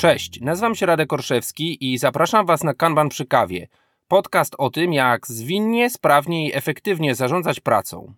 Cześć, nazywam się Radek Orszewski i zapraszam Was na Kanban przy kawie. Podcast o tym, jak zwinnie, sprawnie i efektywnie zarządzać pracą.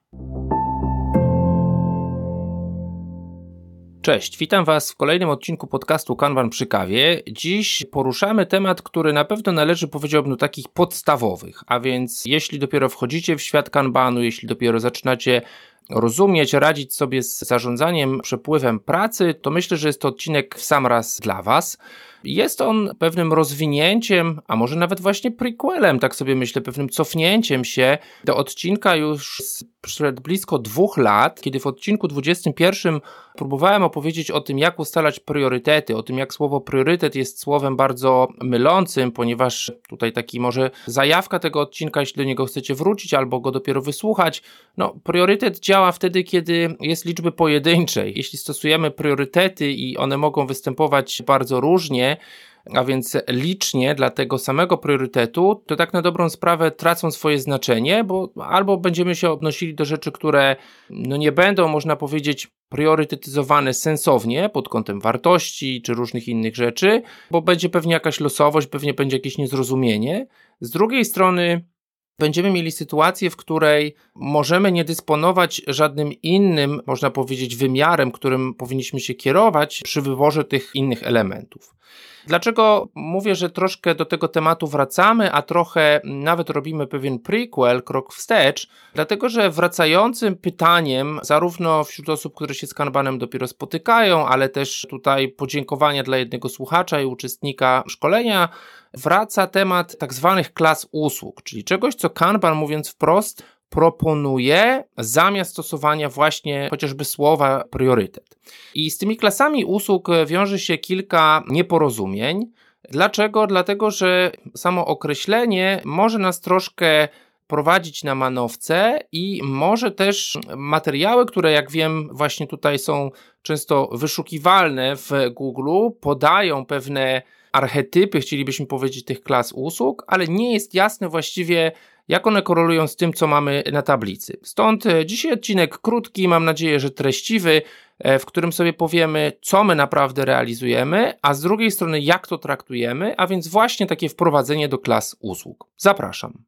Cześć, witam Was w kolejnym odcinku podcastu Kanban przy kawie. Dziś poruszamy temat, który na pewno należy, powiedziałbym, do takich podstawowych, a więc jeśli dopiero wchodzicie w świat Kanbanu, jeśli dopiero zaczynacie rozumieć, radzić sobie z zarządzaniem przepływem pracy, to myślę, że jest to odcinek w sam raz dla Was. Jest on pewnym rozwinięciem, a może nawet właśnie prequelem, tak sobie myślę, pewnym cofnięciem się do odcinka już sprzed blisko 2 lat, kiedy w odcinku 21 próbowałem opowiedzieć o tym, jak ustalać priorytety, o tym, jak słowo priorytet jest słowem bardzo mylącym, ponieważ tutaj taki może zajawka tego odcinka, jeśli do niego chcecie wrócić albo go dopiero wysłuchać. Priorytet działa wtedy, kiedy jest liczby pojedynczej. Jeśli stosujemy priorytety i one mogą występować bardzo różnie, a więc licznie dla tego samego priorytetu, to tak na dobrą sprawę tracą swoje znaczenie, bo albo będziemy się odnosili do rzeczy, które nie będą, można powiedzieć, priorytetyzowane sensownie pod kątem wartości czy różnych innych rzeczy, bo będzie pewnie jakaś losowość, pewnie będzie jakieś niezrozumienie. Z drugiej strony będziemy mieli sytuację, w której możemy nie dysponować żadnym innym, można powiedzieć, wymiarem, którym powinniśmy się kierować przy wyborze tych innych elementów. Dlaczego mówię, że troszkę do tego tematu wracamy, a trochę nawet robimy pewien prequel, krok wstecz? Dlatego, że wracającym pytaniem, zarówno wśród osób, które się z Kanbanem dopiero spotykają, ale też tutaj podziękowania dla jednego słuchacza i uczestnika szkolenia, wraca temat tak zwanych klas usług, czyli czegoś, co Kanban, mówiąc wprost, proponuje zamiast stosowania właśnie chociażby słowa priorytet. I z tymi klasami usług wiąże się kilka nieporozumień. Dlaczego? Dlatego, że samo określenie może nas troszkę prowadzić na manowce i może też materiały, które jak wiem właśnie tutaj są często wyszukiwalne w Google, podają pewne archetypy, chcielibyśmy powiedzieć, tych klas usług, ale nie jest jasne właściwie, jak one korelują z tym, co mamy na tablicy. Stąd dzisiaj odcinek krótki, mam nadzieję, że treściwy, w którym sobie powiemy, co my naprawdę realizujemy, a z drugiej strony, jak to traktujemy, a więc właśnie takie wprowadzenie do klas usług. Zapraszam.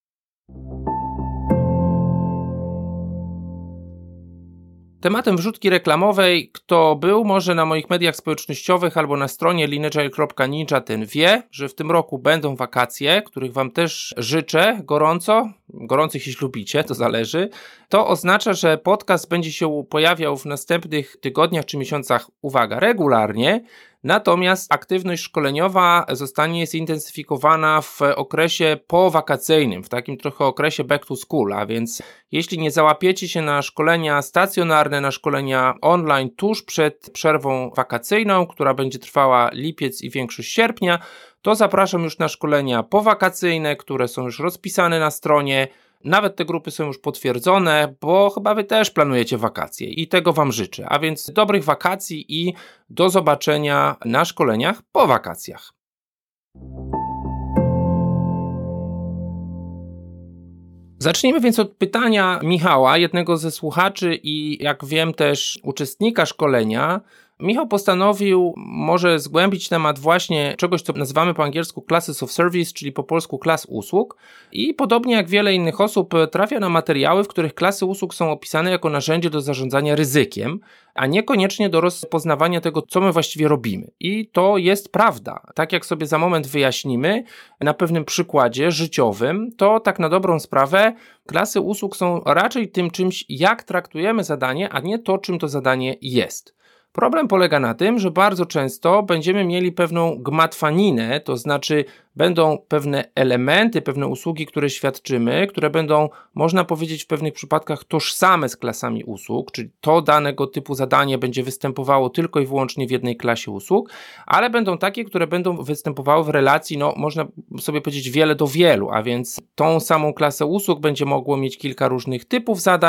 Tematem wrzutki reklamowej, kto był może na moich mediach społecznościowych albo na stronie leanagile.ninja, ten wie, że w tym roku będą wakacje, których Wam też życzę gorących jeśli lubicie, to zależy. To oznacza, że podcast będzie się pojawiał w następnych tygodniach czy miesiącach, uwaga, regularnie, natomiast aktywność szkoleniowa zostanie zintensyfikowana w okresie powakacyjnym, w takim trochę okresie back to school, a więc jeśli nie załapiecie się na szkolenia stacjonarne, na szkolenia online tuż przed przerwą wakacyjną, która będzie trwała lipiec i większość sierpnia, to zapraszam już na szkolenia powakacyjne, które są już rozpisane na stronie. Nawet te grupy są już potwierdzone, bo chyba Wy też planujecie wakacje i tego Wam życzę. A więc dobrych wakacji i do zobaczenia na szkoleniach po wakacjach. Zacznijmy więc od pytania Michała, jednego ze słuchaczy i jak wiem też uczestnika szkolenia. Michał postanowił może zgłębić temat właśnie czegoś, co nazywamy po angielsku classes of service, czyli po polsku klas usług i podobnie jak wiele innych osób trafia na materiały, w których klasy usług są opisane jako narzędzie do zarządzania ryzykiem, a niekoniecznie do rozpoznawania tego, co my właściwie robimy. I to jest prawda. Tak jak sobie za moment wyjaśnimy na pewnym przykładzie życiowym, to tak na dobrą sprawę klasy usług są raczej tym czymś, jak traktujemy zadanie, a nie to, czym to zadanie jest. Problem polega na tym, że bardzo często będziemy mieli pewną gmatwaninę, to znaczy będą pewne elementy, pewne usługi, które świadczymy, które będą, można powiedzieć, w pewnych przypadkach tożsame z klasami usług, czyli to danego typu zadanie będzie występowało tylko i wyłącznie w jednej klasie usług, ale będą takie, które będą występowały w relacji, można sobie powiedzieć, wiele do wielu, a więc tą samą klasę usług będzie mogło mieć kilka różnych typów zadań,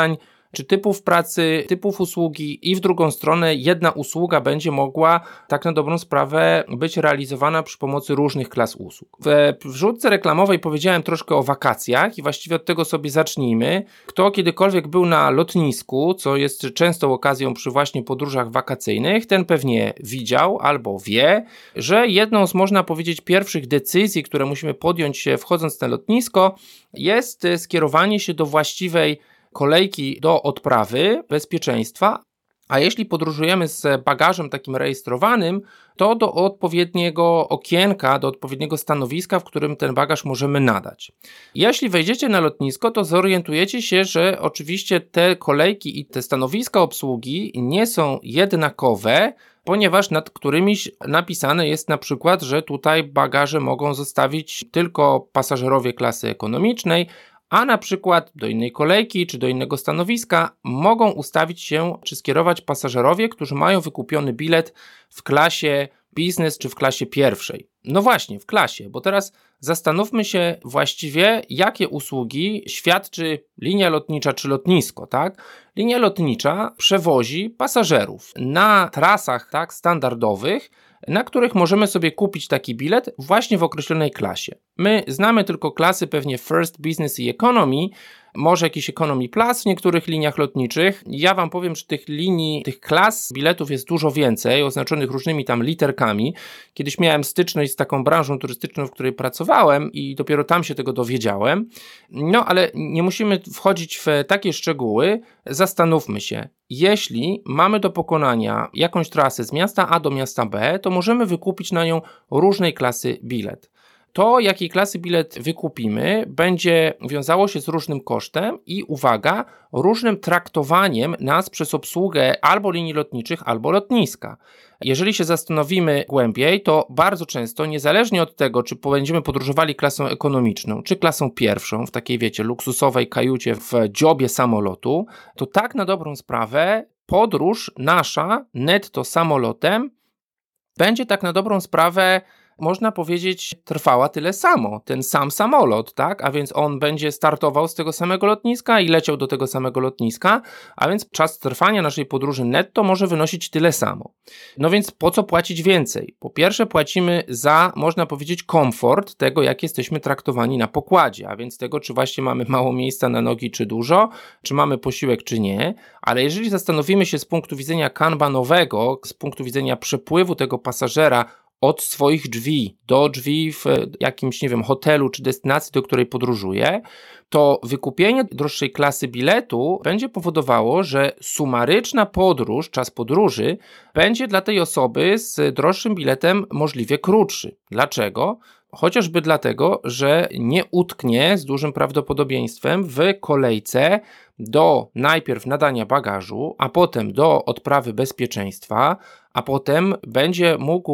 czy typów pracy, typów usługi i w drugą stronę jedna usługa będzie mogła tak na dobrą sprawę być realizowana przy pomocy różnych klas usług. W wrzutce reklamowej powiedziałem troszkę o wakacjach i właściwie od tego sobie zacznijmy. Kto kiedykolwiek był na lotnisku, co jest częstą okazją przy właśnie podróżach wakacyjnych, ten pewnie widział albo wie, że jedną z, można powiedzieć, pierwszych decyzji, które musimy podjąć wchodząc na lotnisko, jest skierowanie się do właściwej kolejki do odprawy bezpieczeństwa, a jeśli podróżujemy z bagażem takim rejestrowanym, to do odpowiedniego okienka, do odpowiedniego stanowiska, w którym ten bagaż możemy nadać. Jeśli wejdziecie na lotnisko, to zorientujecie się, że oczywiście te kolejki i te stanowiska obsługi nie są jednakowe, ponieważ nad którymiś napisane jest na przykład, że tutaj bagaże mogą zostawić tylko pasażerowie klasy ekonomicznej, a na przykład do innej kolejki czy do innego stanowiska mogą ustawić się czy skierować pasażerowie, którzy mają wykupiony bilet w klasie biznes czy w klasie pierwszej. No właśnie, w klasie, bo teraz zastanówmy się właściwie, jakie usługi świadczy linia lotnicza czy lotnisko, tak? Linia lotnicza przewozi pasażerów na trasach tak standardowych, na których możemy sobie kupić taki bilet właśnie w określonej klasie. My znamy tylko klasy pewnie First, Business i Economy, może jakiś Economy Plus w niektórych liniach lotniczych. Ja wam powiem, że tych linii, tych klas biletów jest dużo więcej, oznaczonych różnymi tam literkami. Kiedyś miałem styczność z taką branżą turystyczną, w której pracowałem i dopiero tam się tego dowiedziałem. No ale nie musimy wchodzić w takie szczegóły. Zastanówmy się. Jeśli mamy do pokonania jakąś trasę z miasta A do miasta B, to możemy wykupić na nią różnej klasy bilet. To, jakiej klasy bilet wykupimy, będzie wiązało się z różnym kosztem i, uwaga, różnym traktowaniem nas przez obsługę albo linii lotniczych, albo lotniska. Jeżeli się zastanowimy głębiej, to bardzo często, niezależnie od tego, czy będziemy podróżowali klasą ekonomiczną, czy klasą pierwszą, w takiej, wiecie, luksusowej kajucie w dziobie samolotu, to tak na dobrą sprawę podróż nasza netto samolotem będzie tak na dobrą sprawę, można powiedzieć, trwała tyle samo, ten sam samolot, tak? A więc on będzie startował z tego samego lotniska i leciał do tego samego lotniska, a więc czas trwania naszej podróży netto może wynosić tyle samo. No więc po co płacić więcej? Po pierwsze płacimy za, można powiedzieć, komfort tego, jak jesteśmy traktowani na pokładzie, a więc tego, czy właśnie mamy mało miejsca na nogi, czy dużo, czy mamy posiłek, czy nie, ale jeżeli zastanowimy się z punktu widzenia kanbanowego, z punktu widzenia przepływu tego pasażera od swoich drzwi do drzwi w jakimś, nie wiem, hotelu czy destynacji, do której podróżuje, to wykupienie droższej klasy biletu będzie powodowało, że sumaryczna podróż, czas podróży będzie dla tej osoby z droższym biletem możliwie krótszy. Dlaczego? Chociażby dlatego, że nie utknie z dużym prawdopodobieństwem w kolejce do najpierw nadania bagażu, a potem do odprawy bezpieczeństwa, a potem będzie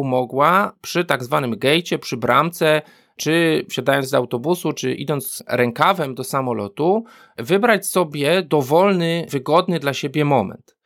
mogła przy tak zwanym gate'cie, przy bramce, czy wsiadając z autobusu, czy idąc rękawem do samolotu, wybrać sobie dowolny, wygodny dla siebie moment.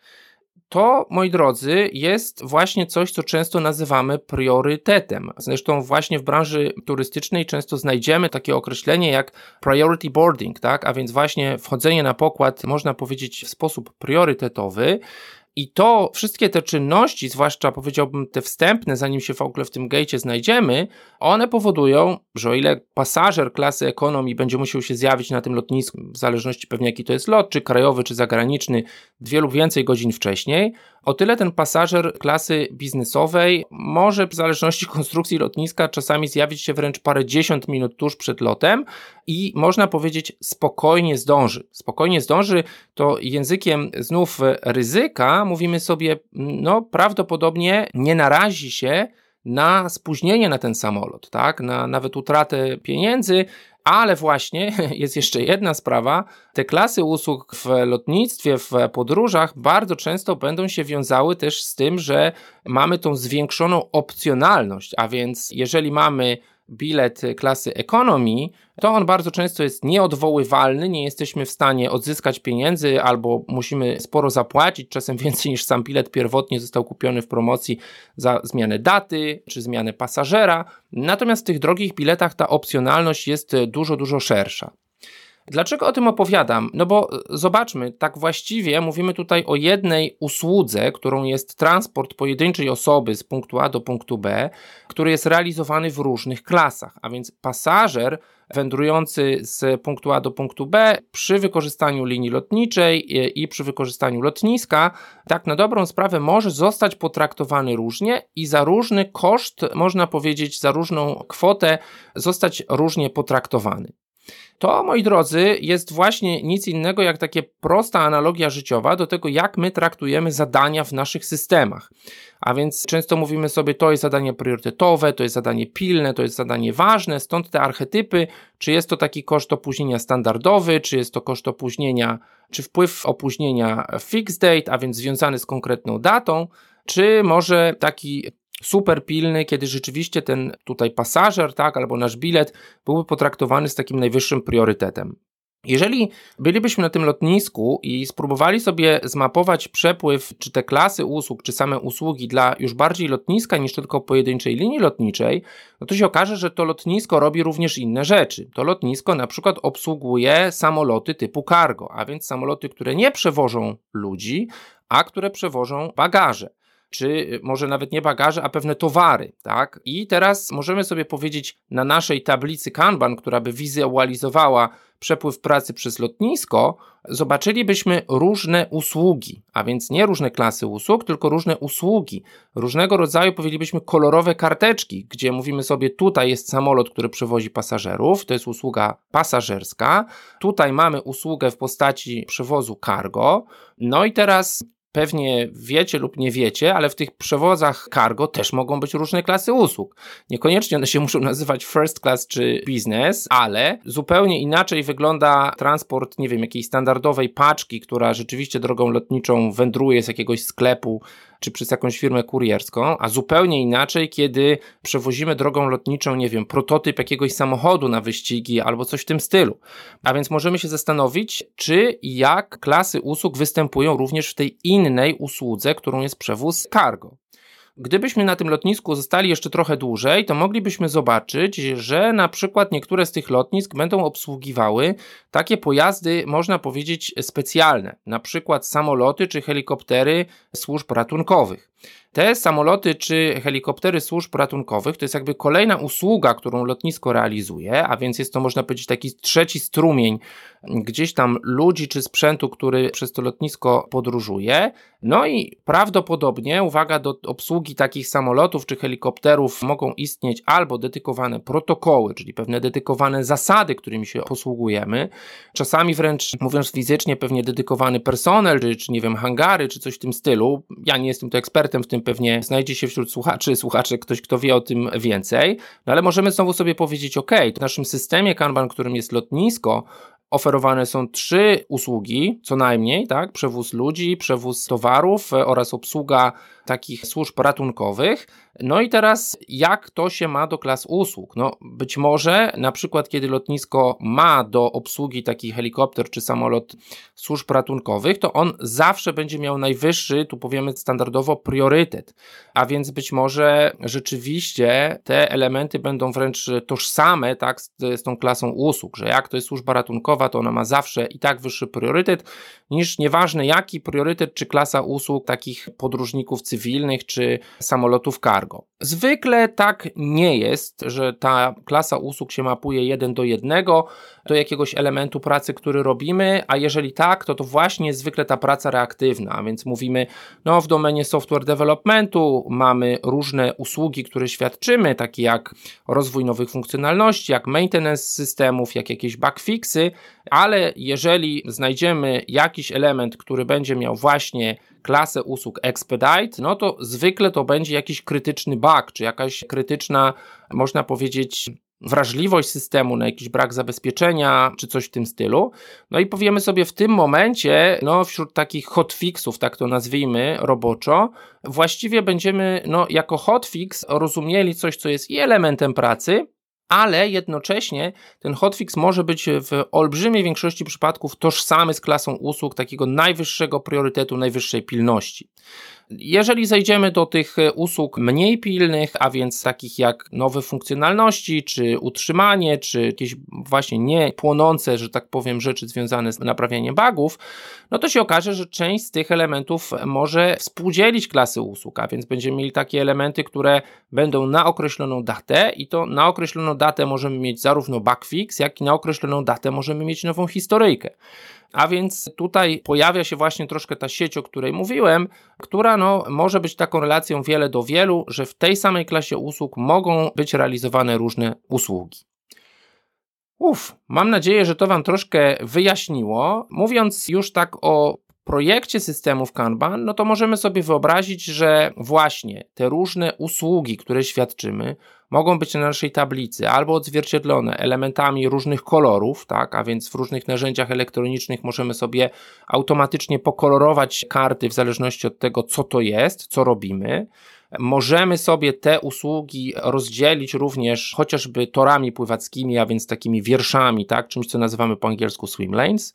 To, moi drodzy, jest właśnie coś, co często nazywamy priorytetem. Zresztą właśnie w branży turystycznej często znajdziemy takie określenie jak priority boarding, tak? A więc właśnie wchodzenie na pokład, można powiedzieć, w sposób priorytetowy. I to wszystkie te czynności, zwłaszcza powiedziałbym te wstępne, zanim się w ogóle w tym gate'cie znajdziemy, one powodują, że o ile pasażer klasy ekonomii będzie musiał się zjawić na tym lotnisku, w zależności pewnie jaki to jest lot, czy krajowy, czy zagraniczny, 2 lub więcej godzin wcześniej, o tyle ten pasażer klasy biznesowej może w zależności konstrukcji lotniska czasami zjawić się wręcz parędziesiąt minut tuż przed lotem i można powiedzieć spokojnie zdąży. Spokojnie zdąży to językiem znów ryzyka, mówimy sobie, no prawdopodobnie nie narazi się na spóźnienie na ten samolot, tak? Na nawet utratę pieniędzy, ale właśnie jest jeszcze jedna sprawa, te klasy usług w lotnictwie, w podróżach bardzo często będą się wiązały też z tym, że mamy tą zwiększoną opcjonalność, a więc jeżeli mamy bilet klasy economy, to on bardzo często jest nieodwoływalny, nie jesteśmy w stanie odzyskać pieniędzy albo musimy sporo zapłacić, czasem więcej niż sam bilet pierwotnie został kupiony w promocji za zmianę daty czy zmianę pasażera. Natomiast w tych drogich biletach ta opcjonalność jest dużo, dużo szersza. Dlaczego o tym opowiadam? No bo zobaczmy, tak właściwie mówimy tutaj o jednej usłudze, którą jest transport pojedynczej osoby z punktu A do punktu B, który jest realizowany w różnych klasach, a więc pasażer wędrujący z punktu A do punktu B przy wykorzystaniu linii lotniczej i przy wykorzystaniu lotniska, tak na dobrą sprawę może zostać potraktowany różnie i za różny koszt, można powiedzieć, za różną kwotę zostać różnie potraktowany. To, moi drodzy, jest właśnie nic innego jak takie prosta analogia życiowa do tego, jak my traktujemy zadania w naszych systemach. A więc często mówimy sobie, to jest zadanie priorytetowe, to jest zadanie pilne, to jest zadanie ważne, stąd te archetypy, czy jest to taki koszt opóźnienia standardowy, czy jest to koszt opóźnienia, czy wpływ opóźnienia fixed date, a więc związany z konkretną datą, czy może taki super pilny, kiedy rzeczywiście ten tutaj pasażer, tak, albo nasz bilet byłby potraktowany z takim najwyższym priorytetem. Jeżeli bylibyśmy na tym lotnisku i spróbowali sobie zmapować przepływ, czy te klasy usług, czy same usługi dla już bardziej lotniska niż tylko pojedynczej linii lotniczej, no to się okaże, że to lotnisko robi również inne rzeczy. To lotnisko na przykład obsługuje samoloty typu cargo, a więc samoloty, które nie przewożą ludzi, a które przewożą bagaże. Czy może nawet nie bagaże, a pewne towary, tak? I teraz możemy sobie powiedzieć na naszej tablicy Kanban, która by wizualizowała przepływ pracy przez lotnisko, zobaczylibyśmy różne usługi, a więc nie różne klasy usług, tylko różne usługi. Różnego rodzaju, powiedzielibyśmy, kolorowe karteczki, gdzie mówimy sobie, tutaj jest samolot, który przewozi pasażerów, to jest usługa pasażerska, tutaj mamy usługę w postaci przewozu cargo, no i teraz pewnie wiecie lub nie wiecie, ale w tych przewozach cargo też mogą być różne klasy usług. Niekoniecznie one się muszą nazywać first class czy business, ale zupełnie inaczej wygląda transport, nie wiem, jakiejś standardowej paczki, która rzeczywiście drogą lotniczą wędruje z jakiegoś sklepu czy przez jakąś firmę kurierską, a zupełnie inaczej, kiedy przewozimy drogą lotniczą, nie wiem, prototyp jakiegoś samochodu na wyścigi albo coś w tym stylu. A więc możemy się zastanowić, czy i jak klasy usług występują również w tej innej usłudze, którą jest przewóz cargo. Gdybyśmy na tym lotnisku zostali jeszcze trochę dłużej, to moglibyśmy zobaczyć, że na przykład niektóre z tych lotnisk będą obsługiwały takie pojazdy, można powiedzieć, specjalne, na przykład samoloty czy helikoptery służb ratunkowych. Te samoloty czy helikoptery służb ratunkowych to jest jakby kolejna usługa, którą lotnisko realizuje, a więc jest to, można powiedzieć, taki trzeci strumień gdzieś tam ludzi czy sprzętu, który przez to lotnisko podróżuje. No i prawdopodobnie, uwaga, do obsługi takich samolotów czy helikopterów mogą istnieć albo dedykowane protokoły, czyli pewne dedykowane zasady, którymi się posługujemy, czasami wręcz, mówiąc fizycznie, pewnie dedykowany personel, czy nie wiem, hangary, czy coś w tym stylu. Ja nie jestem tu ekspertem w tym, pewnie znajdzie się wśród słuchaczy ktoś, kto wie o tym więcej, no ale możemy znowu sobie powiedzieć, w naszym systemie Kanban, którym jest lotnisko, oferowane są 3 usługi, co najmniej, tak? Przewóz ludzi, przewóz towarów oraz obsługa takich służb ratunkowych. No i teraz jak to się ma do klas usług? No być może na przykład kiedy lotnisko ma do obsługi taki helikopter czy samolot służb ratunkowych, to on zawsze będzie miał najwyższy, tu powiemy standardowo, priorytet. A więc być może rzeczywiście te elementy będą wręcz tożsame, tak, z tą klasą usług, że jak to jest służba ratunkowa, to ona ma zawsze i tak wyższy priorytet niż nieważne jaki priorytet czy klasa usług takich podróżników cywilnych czy samolotów cargo. Zwykle tak nie jest, że ta klasa usług się mapuje 1 do 1 do jakiegoś elementu pracy, który robimy, a jeżeli tak, to właśnie zwykle ta praca reaktywna, a więc mówimy, no w domenie software developmentu mamy różne usługi, które świadczymy, takie jak rozwój nowych funkcjonalności, jak maintenance systemów, jak jakieś bugfixy, ale jeżeli znajdziemy jakiś element, który będzie miał właśnie klasę usług Expedite, no to zwykle to będzie jakiś krytyczny bug, czy jakaś krytyczna, można powiedzieć, wrażliwość systemu na jakiś brak zabezpieczenia, czy coś w tym stylu. No i powiemy sobie w tym momencie, no wśród takich hotfixów, tak to nazwijmy roboczo, właściwie będziemy jako hotfix rozumieli coś, co jest i elementem pracy, ale jednocześnie ten hotfix może być w olbrzymiej większości przypadków tożsamy z klasą usług takiego najwyższego priorytetu, najwyższej pilności. Jeżeli zejdziemy do tych usług mniej pilnych, a więc takich jak nowe funkcjonalności, czy utrzymanie, czy jakieś właśnie nie płonące, że tak powiem, rzeczy związane z naprawianiem bugów, no to się okaże, że część z tych elementów może współdzielić klasy usług, a więc będziemy mieli takie elementy, które będą na określoną datę i to na określoną datę możemy mieć zarówno bug fix, jak i na określoną datę możemy mieć nową historyjkę. A więc tutaj pojawia się właśnie troszkę ta sieć, o której mówiłem, która może być taką relacją wiele do wielu, że w tej samej klasie usług mogą być realizowane różne usługi. Mam nadzieję, że to Wam troszkę wyjaśniło. Mówiąc już tak o projekcie systemów Kanban, no to możemy sobie wyobrazić, że właśnie te różne usługi, które świadczymy, mogą być na naszej tablicy albo odzwierciedlone elementami różnych kolorów, tak, a więc w różnych narzędziach elektronicznych możemy sobie automatycznie pokolorować karty w zależności od tego, co to jest, co robimy. Możemy sobie te usługi rozdzielić również chociażby torami pływackimi, a więc takimi wierszami, tak, czymś co nazywamy po angielsku swim lanes.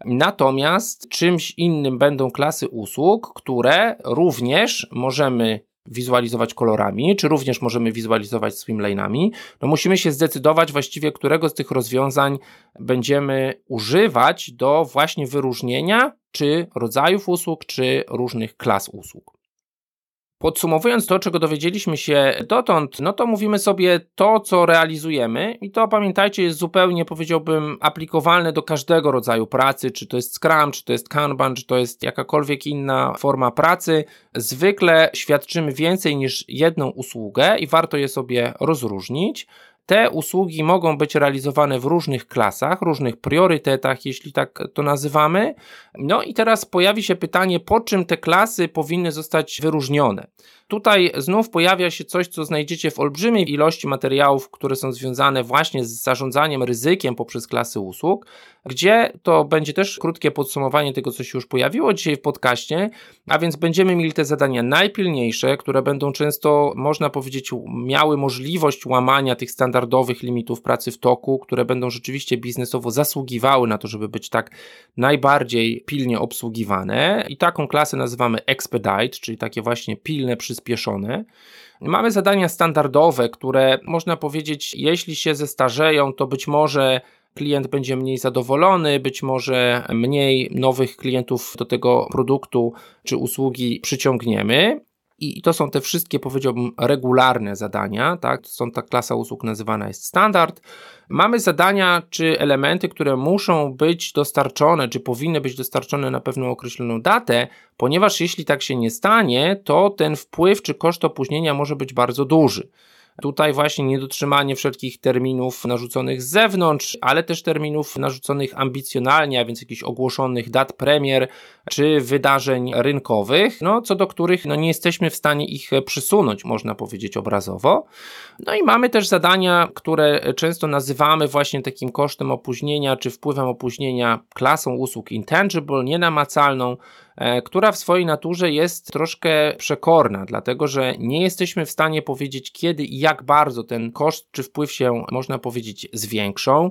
Natomiast czymś innym będą klasy usług, które również możemy wizualizować kolorami, czy również możemy wizualizować swim lane'ami. No musimy się zdecydować właściwie, którego z tych rozwiązań będziemy używać do właśnie wyróżnienia czy rodzajów usług, czy różnych klas usług. Podsumowując to, czego dowiedzieliśmy się dotąd, no to mówimy sobie to, co realizujemy i to, pamiętajcie, jest zupełnie, powiedziałbym, aplikowalne do każdego rodzaju pracy, czy to jest Scrum, czy to jest Kanban, czy to jest jakakolwiek inna forma pracy. Zwykle świadczymy więcej niż jedną usługę i warto je sobie rozróżnić. Te usługi mogą być realizowane w różnych klasach, różnych priorytetach, jeśli tak to nazywamy. No i teraz pojawi się pytanie, po czym te klasy powinny zostać wyróżnione. Tutaj znów pojawia się coś, co znajdziecie w olbrzymiej ilości materiałów, które są związane właśnie z zarządzaniem ryzykiem poprzez klasy usług, gdzie to będzie też krótkie podsumowanie tego, co się już pojawiło dzisiaj w podcaście, a więc będziemy mieli te zadania najpilniejsze, które będą często, można powiedzieć, miały możliwość łamania tych standardowych limitów pracy w toku, które będą rzeczywiście biznesowo zasługiwały na to, żeby być tak najbardziej pilnie obsługiwane i taką klasę nazywamy expedite, czyli takie właśnie pilne, przyspieszone. Mamy zadania standardowe, które można powiedzieć, jeśli się zestarzeją, to być może klient będzie mniej zadowolony, być może mniej nowych klientów do tego produktu czy usługi przyciągniemy. I to są te wszystkie, powiedziałbym, regularne zadania, tak? Ta klasa usług nazywana jest standard. Mamy zadania czy elementy, które muszą być dostarczone, czy powinny być dostarczone na pewną określoną datę, ponieważ jeśli tak się nie stanie, to ten wpływ czy koszt opóźnienia może być bardzo duży. Tutaj właśnie niedotrzymanie wszelkich terminów narzuconych z zewnątrz, ale też terminów narzuconych ambicjonalnie, a więc jakichś ogłoszonych dat premier czy wydarzeń rynkowych, co do których nie jesteśmy w stanie ich przysunąć, można powiedzieć obrazowo. No i mamy też zadania, które często nazywamy właśnie takim kosztem opóźnienia czy wpływem opóźnienia klasą usług intangible, nienamacalną, która w swojej naturze jest troszkę przekorna, dlatego że nie jesteśmy w stanie powiedzieć, kiedy i jak bardzo ten koszt czy wpływ się, można powiedzieć, zwiększą.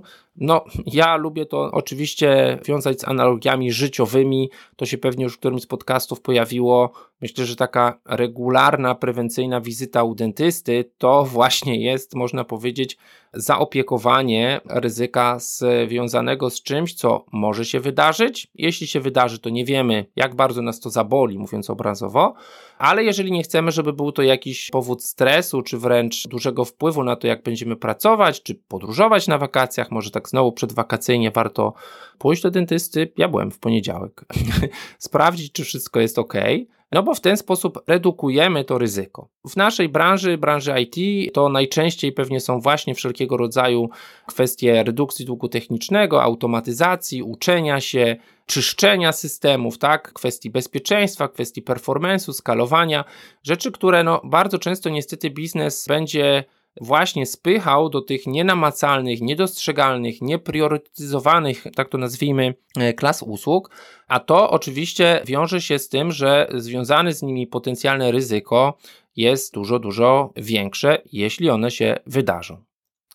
Ja lubię to oczywiście wiązać z analogiami życiowymi, to się pewnie już w którymś z podcastów pojawiło. Myślę, że taka regularna, prewencyjna wizyta u dentysty to właśnie jest, można powiedzieć, zaopiekowanie ryzyka związanego z czymś, co może się wydarzyć. Jeśli się wydarzy, to nie wiemy, jak bardzo nas to zaboli, mówiąc obrazowo, ale jeżeli nie chcemy, żeby był to jakiś powód stresu, czy wręcz dużego wpływu na to, jak będziemy pracować, czy podróżować na wakacjach, może tak znowu przedwakacyjnie warto pójść do dentysty. Ja byłem w poniedziałek. Sprawdzić, czy wszystko jest ok. Bo w ten sposób redukujemy to ryzyko. W naszej branży IT, to najczęściej pewnie są właśnie wszelkiego rodzaju kwestie redukcji długu technicznego, automatyzacji, uczenia się, czyszczenia systemów, tak? Kwestii bezpieczeństwa, kwestii performance'u, skalowania, rzeczy, które bardzo często niestety biznes będzie właśnie spychał do tych nienamacalnych, niedostrzegalnych, niepriorytetyzowanych, tak to nazwijmy, klas usług, a to oczywiście wiąże się z tym, że związane z nimi potencjalne ryzyko jest dużo, dużo większe, jeśli one się wydarzą.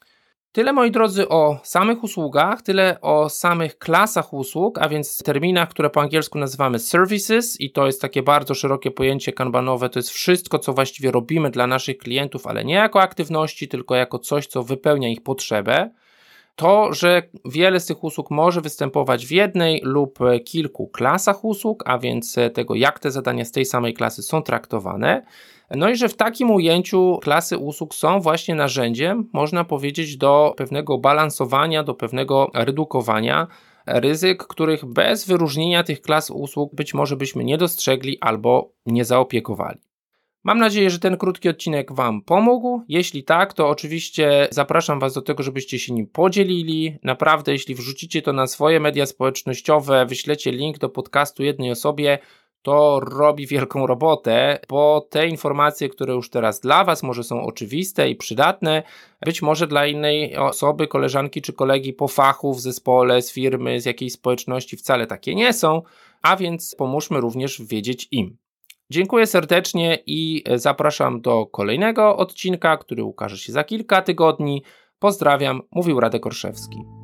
Tyle, moi drodzy, o samych usługach, tyle o samych klasach usług, a więc terminach, które po angielsku nazywamy services, i to jest takie bardzo szerokie pojęcie kanbanowe. To jest wszystko, co właściwie robimy dla naszych klientów, ale nie jako aktywności, tylko jako coś, co wypełnia ich potrzebę. To, że wiele z tych usług może występować w jednej lub kilku klasach usług, a więc tego, jak te zadania z tej samej klasy są traktowane. No i że w takim ujęciu klasy usług są właśnie narzędziem, można powiedzieć, do pewnego balansowania, do pewnego redukowania ryzyk, których bez wyróżnienia tych klas usług być może byśmy nie dostrzegli albo nie zaopiekowali. Mam nadzieję, że ten krótki odcinek Wam pomógł. Jeśli tak, to oczywiście zapraszam Was do tego, żebyście się nim podzielili. Naprawdę, jeśli wrzucicie to na swoje media społecznościowe, wyślecie link do podcastu jednej osobie, to robi wielką robotę, bo te informacje, które już teraz dla Was może są oczywiste i przydatne, być może dla innej osoby, koleżanki czy kolegi po fachu, w zespole, z firmy, z jakiejś społeczności wcale takie nie są, a więc pomóżmy również wiedzieć im. Dziękuję serdecznie i zapraszam do kolejnego odcinka, który ukaże się za kilka tygodni. Pozdrawiam, mówił Radek Orszewski.